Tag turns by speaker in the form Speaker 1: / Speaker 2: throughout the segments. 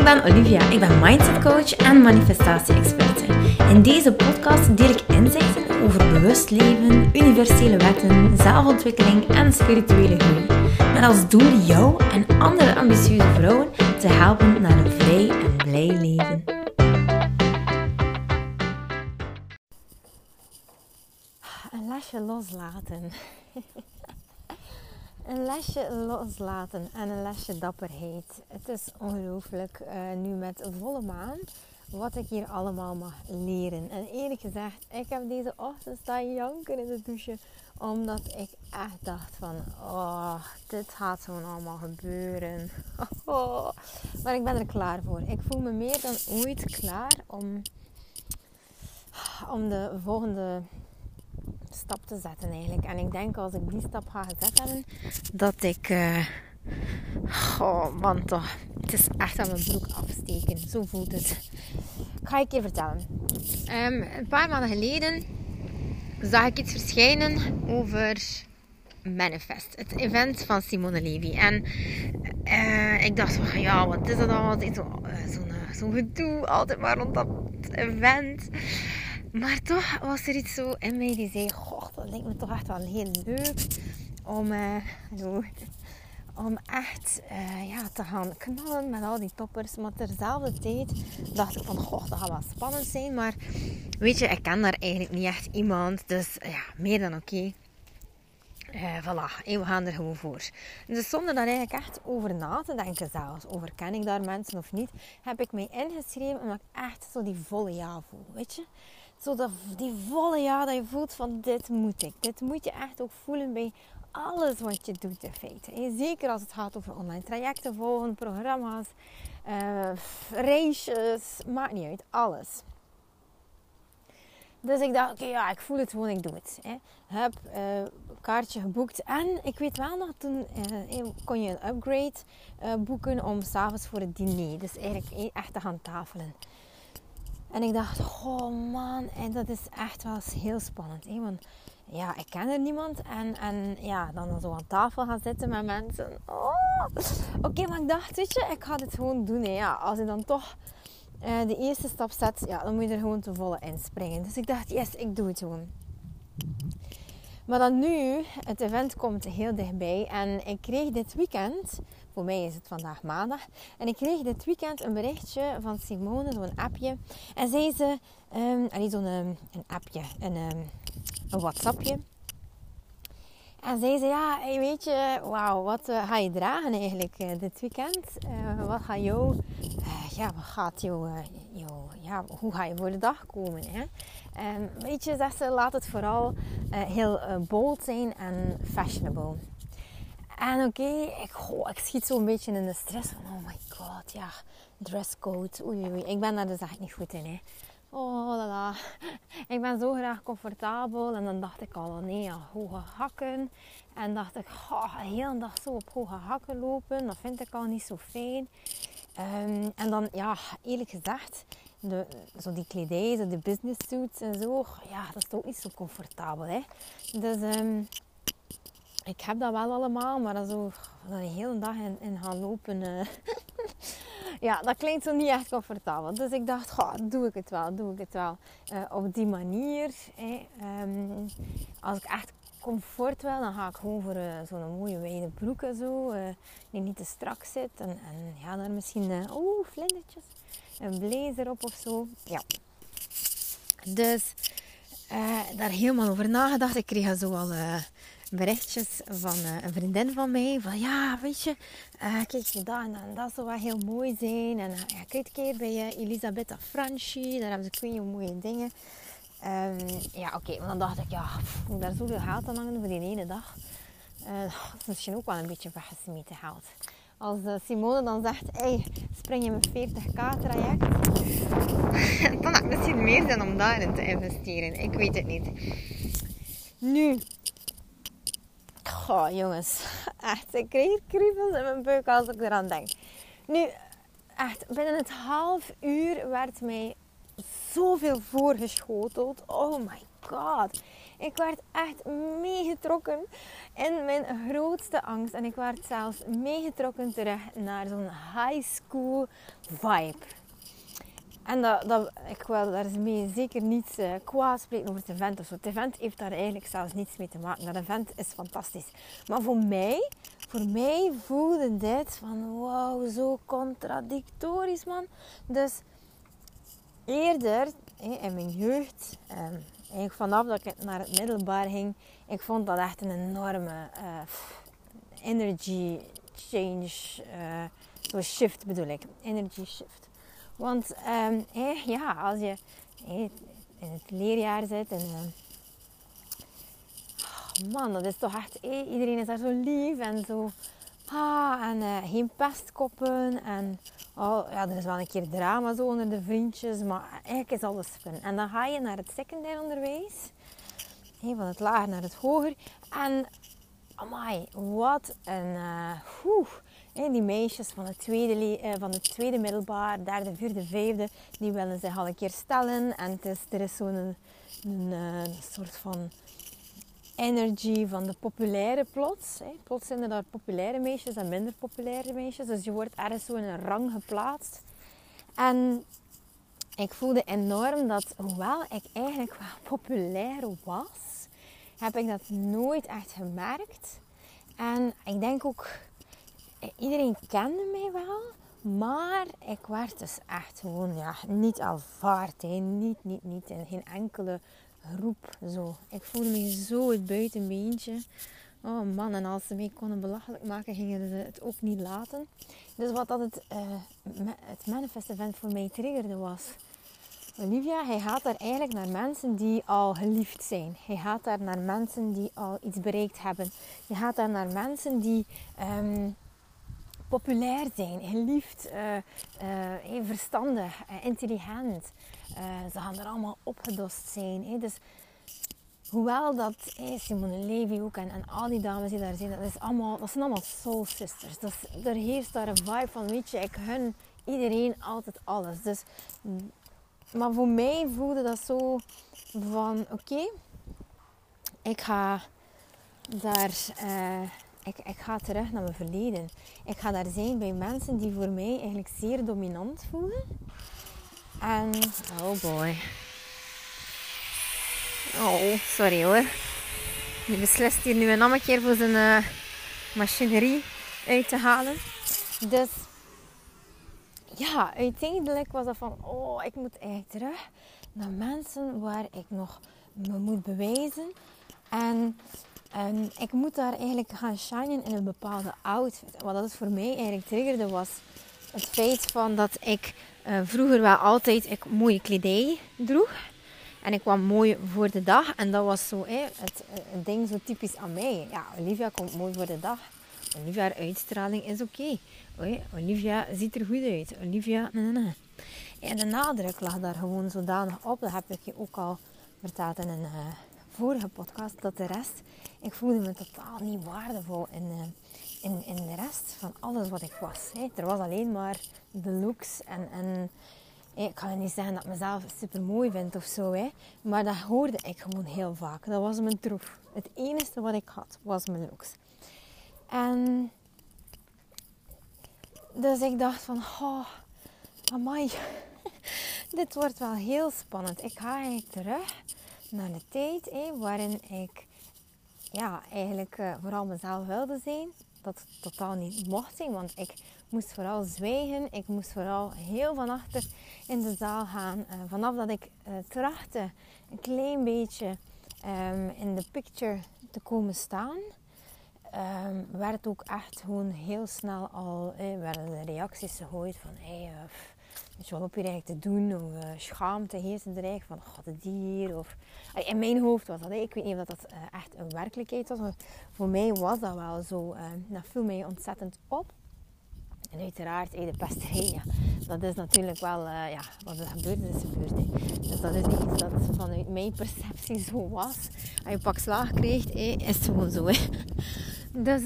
Speaker 1: ben Olivia, ik ben mindset coach en manifestatie-experte. In deze podcast deel ik inzichten over bewust leven, universele wetten, zelfontwikkeling en spirituele groei. Met als doel jou en andere ambitieuze vrouwen te helpen naar een vrij en blij leven. Een lesje loslaten. Een lesje loslaten en een lesje dapperheid. Het is ongelooflijk nu met volle maan wat ik hier allemaal mag leren. En eerlijk gezegd, ik heb deze ochtend staan janken in de douche. Omdat ik echt dacht van, dit gaat gewoon allemaal gebeuren. Maar ik ben er klaar voor. Ik voel me meer dan ooit klaar om de volgende stap te zetten eigenlijk. En ik denk als ik die stap ga gezet hebben, dat ik man toch, het is echt aan mijn broek afsteken. Zo voelt het. Ik ga je een keer vertellen. Een paar maanden geleden zag ik iets verschijnen over Manifest, het event van Simone Levy. En ik dacht van, ja, wat is dat altijd? Zo'n gedoe, altijd maar rond dat event. Maar toch was er iets zo in mij die zei, dat lijkt me toch echt wel heel leuk om echt te gaan knallen met al die toppers. Maar terzelfde tijd dacht ik van, dat gaat wel spannend zijn. Maar weet je, ik ken daar eigenlijk niet echt iemand. Dus ja, meer dan oké. Voilà, we gaan er gewoon voor. Dus zonder daar eigenlijk echt over na te denken zelfs, over ken ik daar mensen of niet, heb ik mij ingeschreven omdat ik echt zo die volle ja voel, weet je. Zo die volle ja dat je voelt van dit moet ik. Dit moet je echt ook voelen bij alles wat je doet in feite. En zeker als het gaat over online trajecten volgen, programma's, races, maakt niet uit, alles. Dus ik dacht, ik voel het gewoon, ik doe het. Heb kaartje geboekt. En ik weet wel nog, toen kon je een upgrade boeken om 's avonds voor het diner. Dus eigenlijk echt te gaan tafelen. En ik dacht, man, en dat is echt wel heel spannend. Want ja, ik ken er niemand. En dan zo aan tafel gaan zitten met mensen. Oké, maar ik dacht, weet je, ik ga dit gewoon doen. Als ik dan toch de eerste stap zet, dan moet je er gewoon te volle inspringen. Dus ik dacht, yes, ik doe het gewoon. Maar dan nu, het event komt heel dichtbij. En ik kreeg dit weekend, voor mij is het vandaag maandag. En ik kreeg dit weekend een berichtje van Simone, zo'n appje. En zei ze, een appje, een WhatsAppje. En zei ze, weet je, wauw, wat ga je dragen eigenlijk dit weekend? Wat gaat hoe ga je voor de dag komen? Hè? Weet je, zegt ze, laat het vooral heel bold zijn en fashionable. En ik schiet zo een beetje in de stress van, oh my god, dresscode, oei, ik ben daar dus echt niet goed in, hè. Ik ben zo graag comfortabel. En dan dacht ik al, hoge hakken. En dacht ik, de hele dag zo op hoge hakken lopen, dat vind ik al niet zo fijn. En dan, eerlijk gezegd, zo die kledij, zo de business suits en zo, dat is ook niet zo comfortabel, hè. Dus ik heb dat wel allemaal, maar dan zo de hele dag in gaan lopen, dat klinkt zo niet echt comfortabel. Dus ik dacht, doe ik het wel. Op die manier, als ik echt comfort wil, dan ga ik gewoon voor zo'n mooie wijde broek en zo, die niet te strak zit. En daar misschien, vlindertjes, een blazer op of zo. Ja. Dus daar helemaal over nagedacht. Ik kreeg zo al berichtjes van een vriendin van mij. Van weet je, kijk je dat en dat zou wel heel mooi zijn. En kijk een keer bij Elisabetta Franchi. Daar hebben ze twee mooie dingen. Maar dan dacht ik, moet daar zoveel geld aan hangen voor die ene dag. Dat is misschien ook wel een beetje weggesmeten geld. Als Simone dan zegt, spring je met 40k traject. Dan had het misschien meer zijn om daarin te investeren. Ik weet het niet. Nu. Jongens. Echt, ik krijg kriebels in mijn buik als ik eraan denk. Nu, echt, binnen het half uur werd mij zoveel voorgeschoteld. Oh my god. Ik werd echt meegetrokken in mijn grootste angst. En ik werd zelfs meegetrokken terug naar zo'n high school vibe. En ik wil daar mee zeker niet kwaad spreken over het event of zo. Het event heeft daar eigenlijk zelfs niets mee te maken. Dat event is fantastisch. Maar voor mij voelde dit van wow, zo contradictorisch, man. Dus eerder in mijn jeugd, eigenlijk vanaf dat ik naar het middelbaar ging, ik vond dat echt een enorme energy change, zo shift bedoel ik, energy shift. Want als je in het leerjaar zit en man, dat is toch echt, iedereen is daar zo lief en zo, en geen pestkoppen en er is wel een keer drama zo onder de vriendjes, maar eigenlijk is alles fun. En dan ga je naar het secundair onderwijs, van het lager naar het hoger, en amai, wat een die meisjes van het tweede middelbaar, derde, vierde, vijfde, die willen zich al een keer stellen. En er is zo'n een soort van energy van de populaire plots. Plots zijn er daar populaire meisjes en minder populaire meisjes. Dus je wordt ergens zo in een rang geplaatst. En ik voelde enorm dat, hoewel ik eigenlijk wel populair was, heb ik dat nooit echt gemerkt. En ik denk ook, iedereen kende mij wel, maar ik werd dus echt gewoon niet aanvaard. Niet in geen enkele groep. Zo. Ik voelde me zo het buitenbeentje. Oh man, en als ze mij konden belachelijk maken, gingen ze het ook niet laten. Dus wat dat het manifest event voor mij triggerde was, Olivia, hij gaat daar eigenlijk naar mensen die al geliefd zijn. Hij gaat daar naar mensen die al iets bereikt hebben. Je gaat daar naar mensen die populair zijn, geliefd, verstandig, intelligent. Ze gaan er allemaal opgedost zijn. Dus hoewel dat Simone Levy ook en al die dames die daar zijn, dat zijn allemaal soul sisters. Dus er heerst daar een vibe van, weet je, ik gun iedereen altijd alles. Dus, maar voor mij voelde dat zo van, oké, ik ga daar... Ik ga terug naar mijn verleden. Ik ga daar zijn bij mensen die voor mij eigenlijk zeer dominant voelen. En... oh boy. Oh, sorry hoor. Die beslist hier nu nog een keer voor zijn machinerie uit te halen. Dus... ja, uiteindelijk was dat van... oh, ik moet eigenlijk terug naar mensen waar ik nog me moet bewijzen. En ik moet daar eigenlijk gaan shinen in een bepaalde outfit. Wat dat voor mij eigenlijk triggerde was het feit van dat ik vroeger wel altijd mooie kledij droeg. En ik kwam mooi voor de dag. En dat was zo het ding zo typisch aan mij. Ja, Olivia komt mooi voor de dag. Olivia, haar uitstraling is oké. Olivia ziet er goed uit. Olivia, nee. En de nadruk lag daar gewoon zodanig op. Dat heb ik je ook al verteld in een vorige podcast. Dat de rest, ik voelde me totaal niet waardevol in de rest van alles wat ik was. Er was alleen maar de looks en ik kan niet zeggen dat ik mezelf super mooi vind of zo. Maar dat hoorde ik gewoon heel vaak. Dat was mijn troef. Het enige wat ik had was mijn looks. En dus ik dacht van, amai, dit wordt wel heel spannend. Ik ga eigenlijk terug naar de tijd waarin ik eigenlijk vooral mezelf wilde zijn. Dat totaal niet mocht zijn, want ik moest vooral zwijgen. Ik moest vooral heel van achter in de zaal gaan. Vanaf dat ik trachtte een klein beetje in de picture te komen staan, werd ook echt gewoon heel snel al werden de reacties gegooid van weet je wat op je eigenlijk te doen, of schaamte heerste er eigenlijk van, god, het hier, of in mijn hoofd was dat, ik weet niet of dat echt een werkelijkheid was, maar voor mij was dat wel zo. Dat viel mij ontzettend op. En uiteraard, de pesterij, dat is natuurlijk wel, wat er gebeurd is gebeurd. Dus dat is niet iets dat vanuit mijn perceptie zo was. Als je pak slaag krijgt, is het gewoon zo. Dus,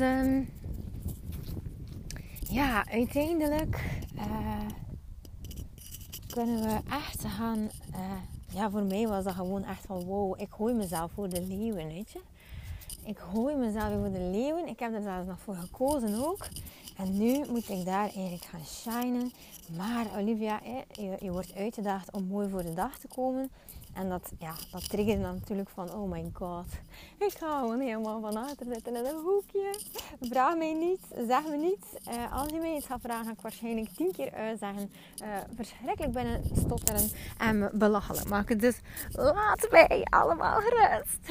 Speaker 1: uiteindelijk kunnen we echt gaan ja, voor mij was dat gewoon echt van wow, ik gooi mezelf voor de leeuwen, weet je. Ik gooi mezelf weer voor de leeuwen. Ik heb er zelfs nog voor gekozen ook. En nu moet ik daar eigenlijk gaan shinen. Maar Olivia, je wordt uitgedaagd om mooi voor de dag te komen. En dat triggerde dan natuurlijk van, oh my god. Ik ga gewoon helemaal van achter zitten in een hoekje. Vraag mij niets, zeg me niets. Als je mij iets gaat vragen, ga ik waarschijnlijk 10 keer uitzeggen. Verschrikkelijk binnen stotteren en me belachelijk maken. Dus laat mij allemaal gerust.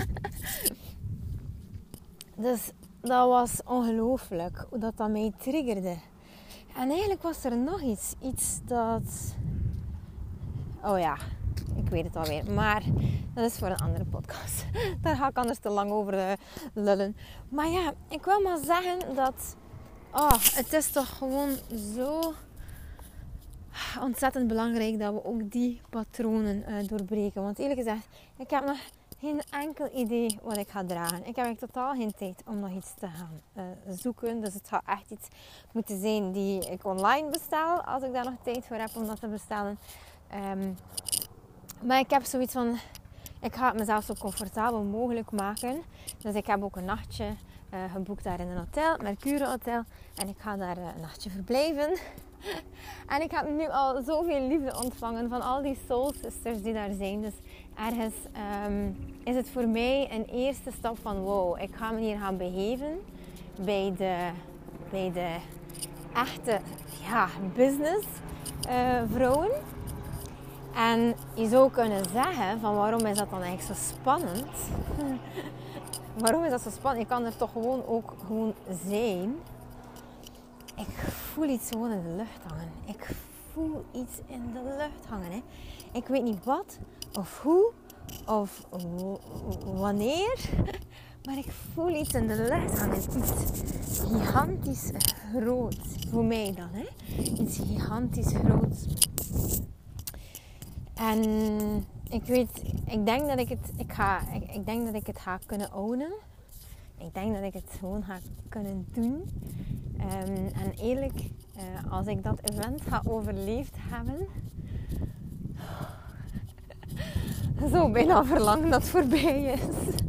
Speaker 1: Dus dat was ongelooflijk hoe dat mij triggerde. En eigenlijk was er nog iets dat... Oh ja, ik weet het alweer. Maar dat is voor een andere podcast. Daar ga ik anders te lang over lullen. Maar ja, ik wil maar zeggen dat... het is toch gewoon zo ontzettend belangrijk dat we ook die patronen doorbreken. Want eerlijk gezegd, ik heb nog geen enkel idee wat ik ga dragen. Ik heb eigenlijk totaal geen tijd om nog iets te gaan zoeken. Dus het gaat echt iets moeten zijn die ik online bestel. Als ik daar nog tijd voor heb om dat te bestellen. Maar ik heb zoiets van... Ik ga het mezelf zo comfortabel mogelijk maken. Dus ik heb ook een nachtje geboekt daar in een hotel. Mercure Hotel. En ik ga daar een nachtje verblijven. En ik heb nu al zoveel liefde ontvangen van al die soul sisters die daar zijn. Dus ergens is het voor mij een eerste stap van wow, ik ga me hier gaan begeven bij de echte business vrouwen. En je zou kunnen zeggen van waarom is dat dan eigenlijk zo spannend? Waarom is dat zo spannend? Je kan er toch gewoon zijn. Ik voel iets gewoon in de lucht hangen. Ik voel iets in de lucht hangen. Hè. Ik weet niet wat of hoe of wanneer. Maar ik voel iets in de lucht hangen. Iets gigantisch groot. Voor mij dan. Hè. Iets gigantisch groots. En ik denk dat ik het ga kunnen ownen. Ik denk dat ik het gewoon ga kunnen doen. En eerlijk, als ik dat event ga overleefd hebben, zo bijna verlangen dat het voorbij is.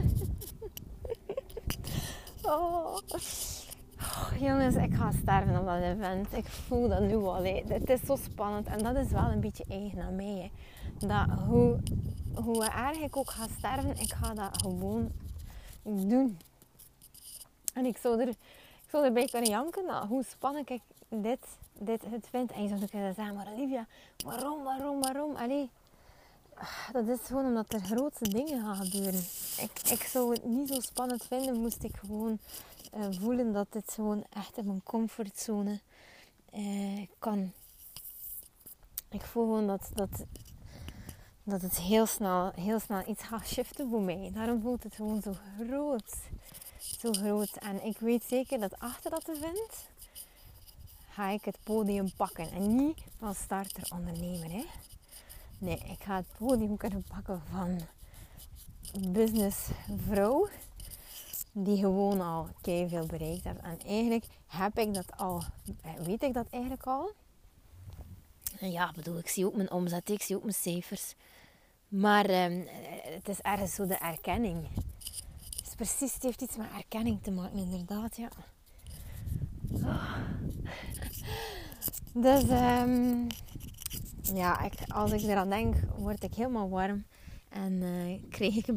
Speaker 1: Jongens, ik ga sterven op dat event. Ik voel dat nu al. Het is zo spannend en dat is wel een beetje eigen aan mij. Hè. Dat hoe erg ik ook ga sterven, ik ga dat gewoon doen. En ik zou erbij kunnen janken dat hoe spannend ik het vind. En je zou kunnen zeggen, maar Olivia, waarom? Allee, dat is gewoon omdat er grootste dingen gaan gebeuren. Ik zou het niet zo spannend vinden, moest ik gewoon voelen dat dit gewoon echt in mijn comfortzone kan. Ik voel gewoon dat het heel snel iets gaat shiften voor mij. Daarom voelt het gewoon zo groot. Zo groot. En ik weet zeker dat achter dat event ga ik het podium pakken. En niet van starter ondernemer. Hè? Nee, ik ga het podium kunnen pakken van businessvrouw. Die gewoon al keiveel bereikt heeft. En eigenlijk weet ik dat eigenlijk al. En ja, ik zie ook mijn omzet, ik zie ook mijn cijfers. Maar het is ergens zo de erkenning. Het heeft iets met erkenning te maken, inderdaad, ja. Dus, als ik eraan denk, word ik helemaal warm. En krijg ik een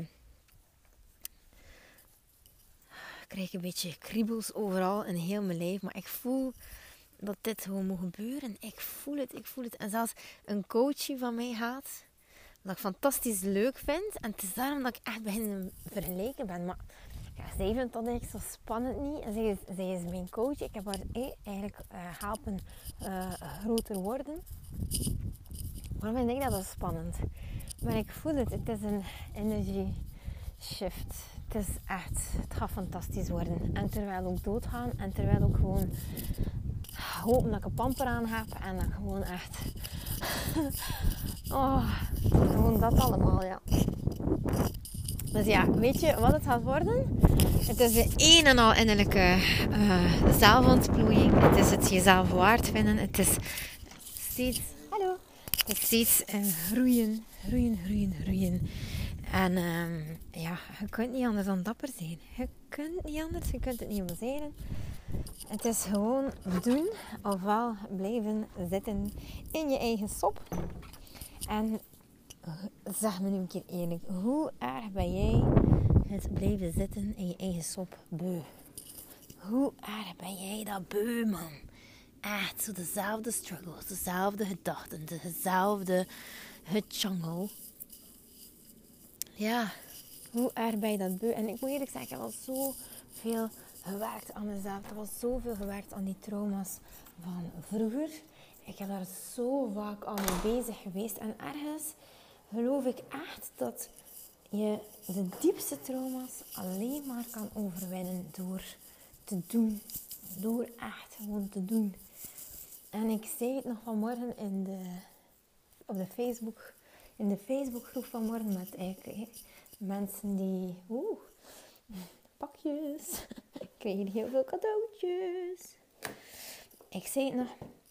Speaker 1: beetje kriebels overal in heel mijn lijf. Maar ik voel dat dit gewoon moet gebeuren. Ik voel het. En zelfs een coachie van mij gaat, wat ik fantastisch leuk vind. En het is daarom dat ik echt begin vergelijken ben. Maar ja, zij vindt dat eigenlijk zo spannend niet. En zij is mijn coach. Ik heb haar eigenlijk helpen groter worden. Waarom vind ik dat spannend? Maar ik voel het. Het is een energy shift. Het gaat fantastisch worden. En terwijl ook doodgaan. En terwijl ook gewoon hopen dat ik een pamper aan heb. En dat gewoon echt... gewoon dat allemaal, ja. Dus ja, weet je wat het gaat worden? Het is de een en al innerlijke zelfontplooiing. Het is het jezelf waard vinden. Het is steeds... Hallo. Het is steeds groeien. En je kunt niet anders dan dapper zijn. Je kunt niet anders, je kunt het niet omzeilen. Het is gewoon doen, ofwel blijven zitten in je eigen sop. En zeg me nu een keer eerlijk, hoe erg ben jij het blijven zitten in je eigen sop beu? Hoe erg ben jij dat beu, man? Echt, zo dezelfde struggles, dezelfde gedachten, dezelfde jungle. Ja, hoe erg ben je dat beu? En ik moet eerlijk zeggen, ik heb al zoveel gewerkt aan mezelf. Ik heb al zoveel gewerkt aan die trauma's van vroeger. Ik heb daar zo vaak al mee bezig geweest. En ergens geloof ik echt dat je de diepste trauma's alleen maar kan overwinnen door te doen. Door echt gewoon te doen. En ik zei het nog vanmorgen in de Facebookgroep vanmorgen met eigenlijk mensen die... pakjes. Ik kreeg hier heel veel cadeautjes. Ik zei het nog...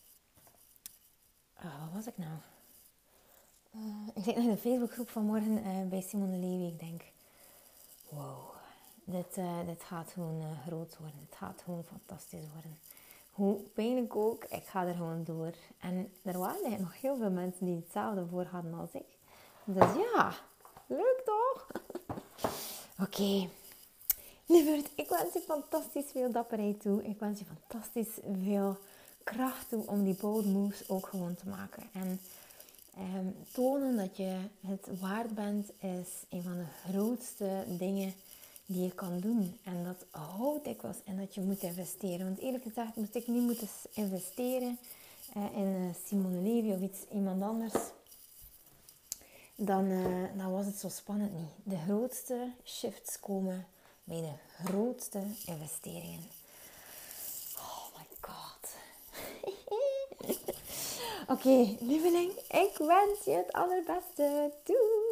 Speaker 1: wat was ik nou? Ik zei het nog in de Facebookgroep vanmorgen bij Simone Levy. Ik denk... Wow. Dit gaat gewoon groot worden. Het gaat gewoon fantastisch worden. Hoe pijnlijk ook, ik ga er gewoon door. En er waren nog heel veel mensen die hetzelfde voor hadden als ik. Dus ja, leuk toch? Oké. Lieverd, ik wens je fantastisch veel dapperheid toe. Ik wens je fantastisch veel kracht toe om die bold moves ook gewoon te maken. En tonen dat je het waard bent is een van de grootste dingen die je kan doen. En dat houdt dikwijls in dat je moet investeren. Want eerlijk gezegd moest ik niet moeten investeren in Simone Levy of iemand anders. Dan was het zo spannend niet. De grootste shifts komen bij de grootste investeringen. Oh my god. Oké, lieveling, ik wens je het allerbeste. Doei!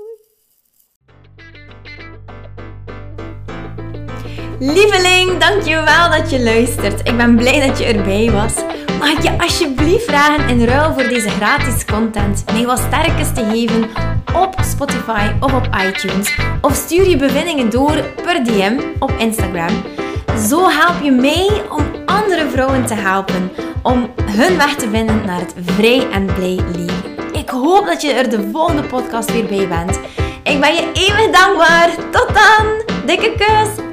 Speaker 1: Lieveling, dankjewel dat je luistert. Ik ben blij dat je erbij was. Mag ik je alsjeblieft vragen in ruil voor deze gratis content mij wat sterkes te geven op Spotify of op iTunes. Of stuur je bevindingen door per DM op Instagram. Zo help je mij om andere vrouwen te helpen om hun weg te vinden naar het vrij en blij leven. Ik hoop dat je er de volgende podcast weer bij bent. Ik ben je eeuwig dankbaar. Tot dan. Dikke kus.